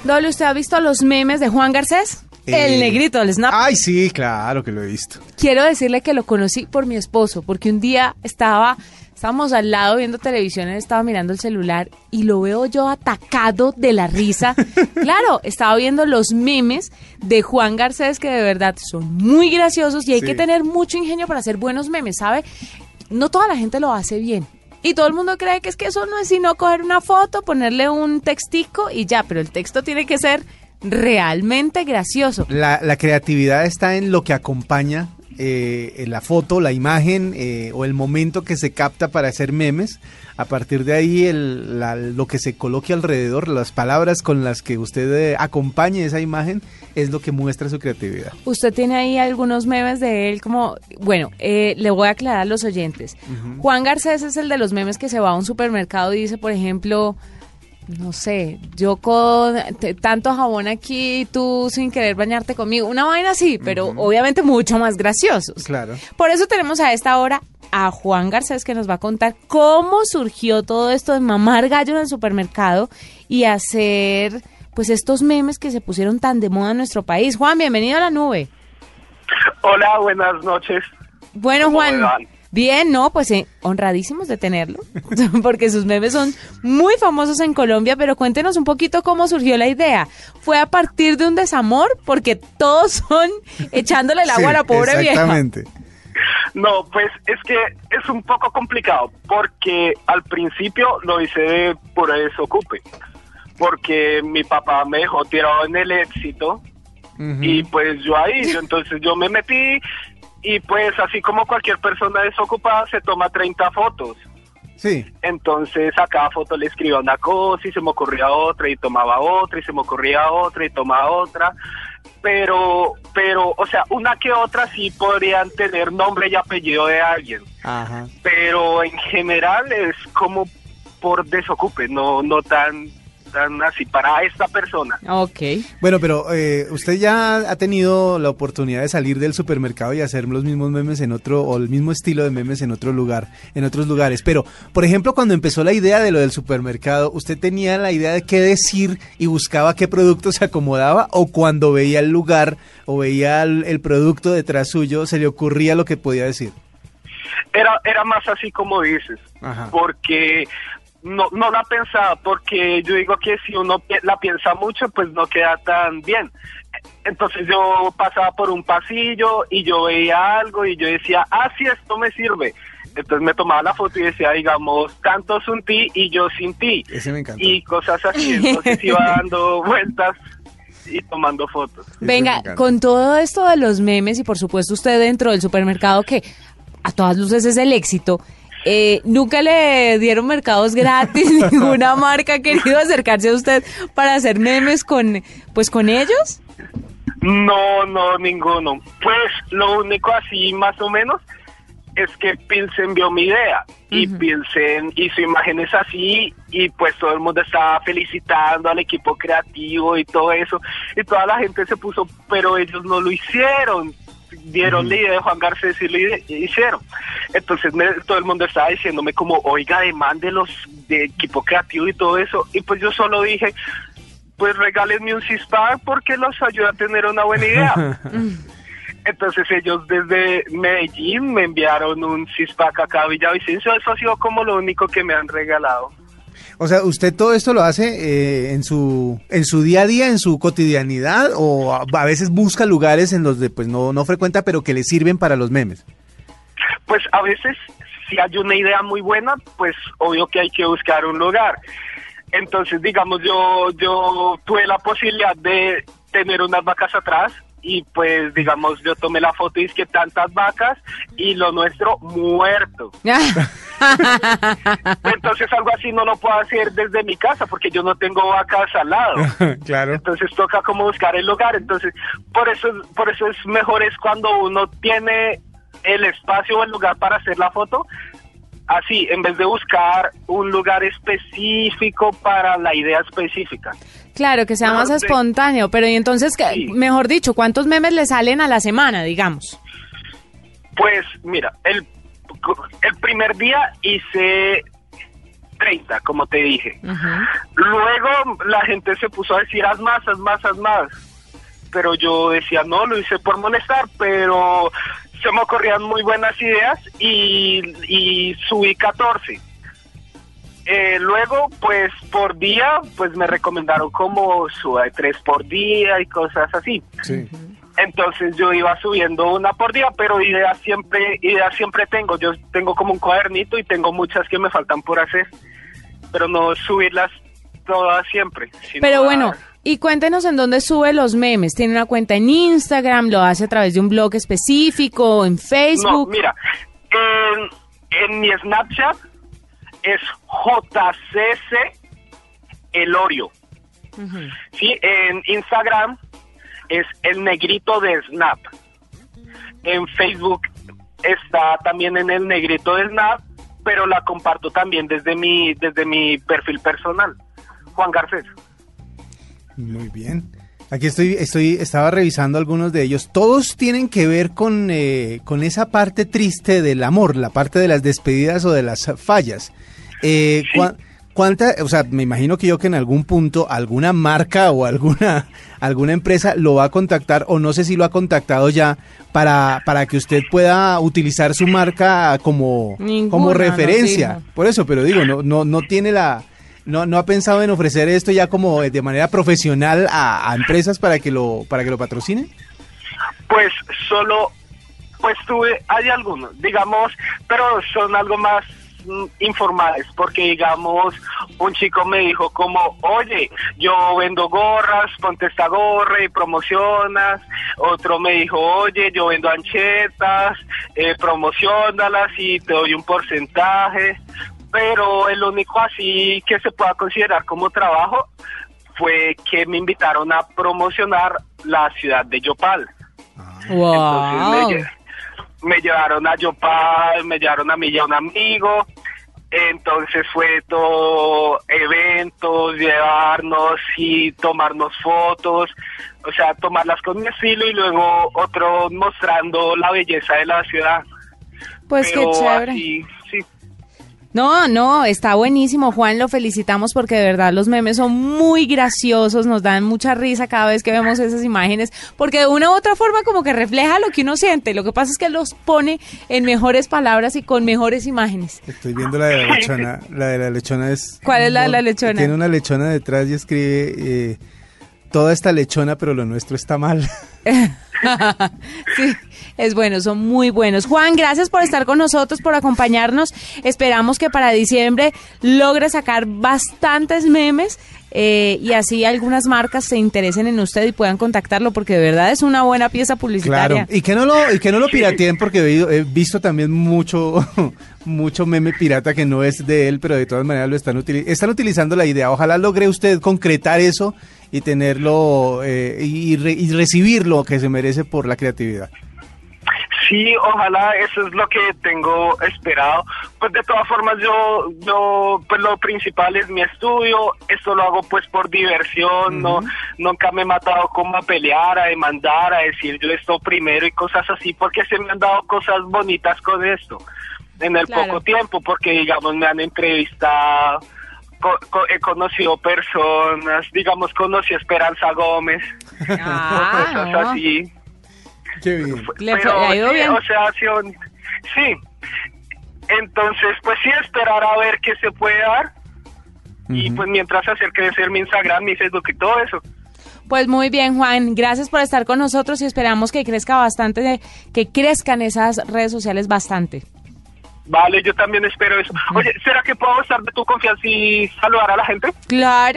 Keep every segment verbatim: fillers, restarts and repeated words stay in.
Doble, ¿usted ha visto los memes de Juan Garcés? Eh, el negrito del Snap. Ay, sí, claro que lo he visto. Quiero decirle que lo conocí por mi esposo, porque un día estaba, estábamos al lado viendo televisión, él estaba mirando el celular y lo veo yo atacado de la risa. Claro, estaba viendo los memes de Juan Garcés, que de verdad son muy graciosos y hay sí. que tener mucho ingenio para hacer buenos memes, ¿sabe? No toda la gente lo hace bien. Y todo el mundo cree que es que eso no es sino coger una foto, ponerle un textico y ya, pero el texto tiene que ser realmente gracioso. La, la creatividad está en lo que acompaña eh, en la foto, la imagen eh, o el momento que se capta para hacer memes. A partir de ahí, el, la, lo que se coloque alrededor, las palabras con las que usted eh, acompañe esa imagen, es lo que muestra su creatividad. Usted tiene ahí algunos memes de él como, bueno, eh, le voy a aclarar a los oyentes. Uh-huh. Juan Garcés es el de los memes que se va a un supermercado y dice, por ejemplo, no sé, yo con t- tanto jabón aquí, tú sin querer bañarte conmigo, una vaina así, pero uh-huh. obviamente mucho más graciosos. Claro. Por eso tenemos a esta hora a Juan Garcés, que nos va a contar cómo surgió todo esto de mamar gallo en el supermercado y hacer pues estos memes que se pusieron tan de moda en nuestro país. Juan, bienvenido a la nube. Hola, buenas noches. Bueno, Juan, bien, no, pues eh, honradísimos de tenerlo, porque sus memes son muy famosos en Colombia, pero cuéntenos un poquito cómo surgió la idea. ¿Fue a partir de un desamor? Porque todos son echándole el agua sí, a la pobre exactamente. vieja. No, pues es que es un poco complicado, porque al principio lo hice de pura desocupe, porque mi papá me dejó tirado en el éxito, uh-huh. y pues yo ahí, yo, entonces yo me metí, y pues así como cualquier persona desocupada se toma treinta fotos. Sí. Entonces a cada foto le escribía una cosa y se me ocurría otra y tomaba otra y se me ocurría otra y tomaba otra. Pero, pero, o sea, una que otra sí podrían tener nombre y apellido de alguien. Ajá. Pero en general es como por desocupe, no, no tan, tan así para esta persona. Ok. Bueno, pero eh, usted ya ha tenido la oportunidad de salir del supermercado y hacer los mismos memes en otro, o el mismo estilo de memes en otro lugar, en otros lugares. Pero, por ejemplo, cuando empezó la idea de lo del supermercado, ¿usted tenía la idea de qué decir y buscaba qué producto se acomodaba? ¿O cuando veía el lugar o veía el, el producto detrás suyo, se le ocurría lo que podía decir? Era, era más así como dices. Ajá. Porque No, no la pensaba, porque yo digo que si uno la piensa mucho, pues no queda tan bien. Entonces yo pasaba por un pasillo y yo veía algo y yo decía, ah, sí, esto me sirve. Entonces me tomaba la foto y decía, digamos, tanto sin ti y yo sin ti. Ese me encantó. Y cosas así, entonces iba dando vueltas y tomando fotos. Venga, con todo esto de los memes y por supuesto usted dentro del supermercado que a todas luces es el éxito, Eh, ¿nunca le dieron mercados gratis? ¿Ninguna marca ha querido acercarse a usted para hacer memes con, pues, con ellos? No, no, ninguno. Pues lo único así más o menos es que Pilsen vio mi idea y uh-huh. Pilsen hizo imágenes así y pues todo el mundo estaba felicitando al equipo creativo y todo eso y toda la gente se puso, pero ellos no lo hicieron. Dieron uh-huh. la idea de Juan Garcés y lo hicieron. Entonces me, todo el mundo estaba diciéndome como, oiga, demándelos de equipo creativo y todo eso. Y pues yo solo dije, pues regálenme un six-pack porque los ayuda a tener una buena idea. Entonces ellos desde Medellín me enviaron un six-pack acá a Villavicencio. Eso ha sido como lo único que me han regalado. O sea, ¿usted todo esto lo hace eh, en su en su día a día, en su cotidianidad, o a, a veces busca lugares en los de pues no no frecuenta, pero que le sirven para los memes? Pues a veces, si hay una idea muy buena, pues obvio que hay que buscar un lugar. Entonces, digamos, yo yo tuve la posibilidad de tener unas vacas atrás y pues, digamos, yo tomé la foto y es que tantas vacas y lo nuestro muerto. Entonces algo así no lo puedo hacer desde mi casa porque yo no tengo vacas al lado. Claro. Entonces toca como buscar el lugar. Entonces, por eso, por eso es mejor es cuando uno tiene el espacio o el lugar para hacer la foto. Así, en vez de buscar un lugar específico para la idea específica. Claro, que sea mejor más de... espontáneo, pero y entonces, sí. mejor dicho, ¿cuántos memes le salen a la semana, digamos? Pues, mira, el, el primer día hice treinta, como te dije. Ujú. Luego la gente se puso a decir, haz más, haz más, haz más. Pero yo decía, no, lo hice por molestar, pero se me ocurrían muy buenas ideas y, y subí catorce. Eh, luego, pues, por día, pues me recomendaron como suba de tres por día y cosas así. Sí. Entonces yo iba subiendo una por día, pero ideas siempre, ideas siempre tengo. Yo tengo como un cuadernito y tengo muchas que me faltan por hacer, pero no subirlas todas siempre. sino Pero bueno, dar- y cuéntenos en dónde sube los memes. ¿Tiene una cuenta en Instagram? ¿Lo hace a través de un blog específico? ¿En No, Facebook? mira, en, en mi Snapchat es J C C Elorio. Ujú. Sí, en Instagram es el negrito de Snap. En Facebook está también en el negrito de Snap, pero la comparto también desde mi desde mi perfil personal, Juan Garcés. Muy bien. Aquí estoy, estoy, estaba revisando algunos de ellos. Todos tienen que ver con, eh, con esa parte triste del amor, la parte de las despedidas o de las fallas. Eh, Sí. cua- ¿Cuánta, o sea, me imagino que yo que en algún punto alguna marca o alguna alguna empresa lo va a contactar, o no sé si lo ha contactado ya, para, para que usted pueda utilizar su marca como, Ninguna, como nos referencia? dijo. Por eso, pero digo, no, no, no tiene la, no, no ha pensado en ofrecer esto ya como de manera profesional a, a empresas para que lo, para que lo patrocinen. Pues solo, pues tuve, hay algunos, digamos, pero son algo más mm, informales, porque digamos, un chico me dijo como, oye, yo vendo gorras, ponte esta gorra y promocionas. Otro me dijo, oye, yo vendo anchetas, eh, promocionalas y te doy un porcentaje. Pero el único así que se pueda considerar como trabajo fue que me invitaron a promocionar la ciudad de Yopal. Wow. Entonces me, lle- me llevaron a Yopal, me llevaron a mí y a un amigo. Entonces fue todo eventos, llevarnos y tomarnos fotos, o sea, tomarlas con mi estilo y luego otro mostrando la belleza de la ciudad. Pues Pero qué chévere. así, sí. No, no, está buenísimo, Juan, lo felicitamos porque de verdad los memes son muy graciosos, nos dan mucha risa cada vez que vemos esas imágenes, porque de una u otra forma como que refleja lo que uno siente, lo que pasa es que los pone en mejores palabras y con mejores imágenes. Estoy viendo la de la lechona. La de la lechona es... ¿Cuál es la de la lechona? Tiene una lechona detrás y escribe, eh, toda esta lechona, pero lo nuestro está mal. Sí, es bueno, son muy buenos. Juan, gracias por estar con nosotros, por acompañarnos. Esperamos que para diciembre logre sacar bastantes memes eh, y así algunas marcas se interesen en usted y puedan contactarlo, porque de verdad es una buena pieza publicitaria. Claro, y que no lo, y que no lo pirateen, porque he, oído- he visto también mucho, mucho meme pirata que no es de él, pero de todas maneras lo están, utili- están utilizando la idea. Ojalá logre usted concretar eso y tenerlo eh, y, re- y recibir lo que se merece por la creatividad. Sí, ojalá, eso es lo que tengo esperado. Pues de todas formas yo, yo, pues lo principal es mi estudio, esto lo hago pues por diversión, no, nunca me he matado como a pelear, a demandar, a decir yo esto primero y cosas así, porque se me han dado cosas bonitas con esto, en el Claro. poco tiempo, porque digamos me han entrevistado, co- co- he conocido personas, digamos conocí a Esperanza Gómez, Ah, cosas no. así. Qué bien. Le fue- Pero, le ha ido sí, bien. o sea, sí, un- sí. Entonces, pues sí, esperar a ver qué se puede dar. Y Ujú. pues mientras hacer crecer mi Instagram, mi Facebook y todo eso. Pues muy bien, Juan, gracias por estar con nosotros y esperamos que crezca bastante, que crezcan esas redes sociales bastante. Vale, yo también espero eso. Oye, ¿será que puedo estar de tu confianza y saludar a la gente? Claro.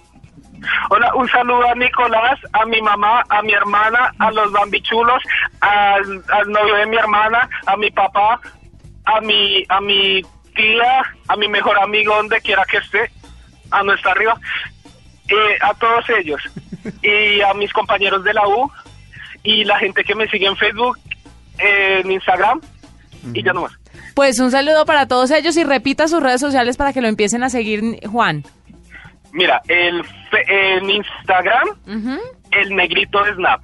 Hola, un saludo a Nicolás, a mi mamá, a mi hermana, a los bambichulos, al, al novio de mi hermana, a mi papá, a mi, a mi tía, a mi mejor amigo donde quiera que esté, a no está arriba, eh, a todos ellos, y a mis compañeros de la U, y la gente que me sigue en Facebook, eh, en Instagram, y ya no más. Pues un saludo para todos ellos y repita sus redes sociales para que lo empiecen a seguir, Juan. Mira, el fe- en Instagram, Ujú. el negrito de Snap.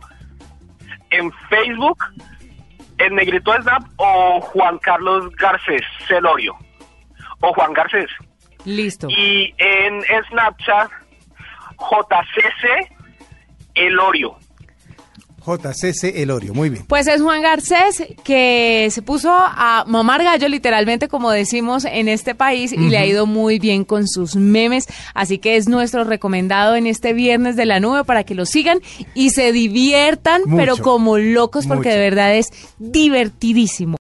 En Facebook, el negrito de Snap o Juan Carlos Garcés Celorio. O Juan Garcés. Listo. Y en Snapchat, J C C Elorio. J C C Elorio, muy bien. Pues es Juan Garcés, que se puso a mamar gallo, literalmente, como decimos en este país, y uh-huh. le ha ido muy bien con sus memes, así que es nuestro recomendado en este Viernes de la Nube para que lo sigan y se diviertan, mucho, pero como locos, porque mucho. de verdad es divertidísimo.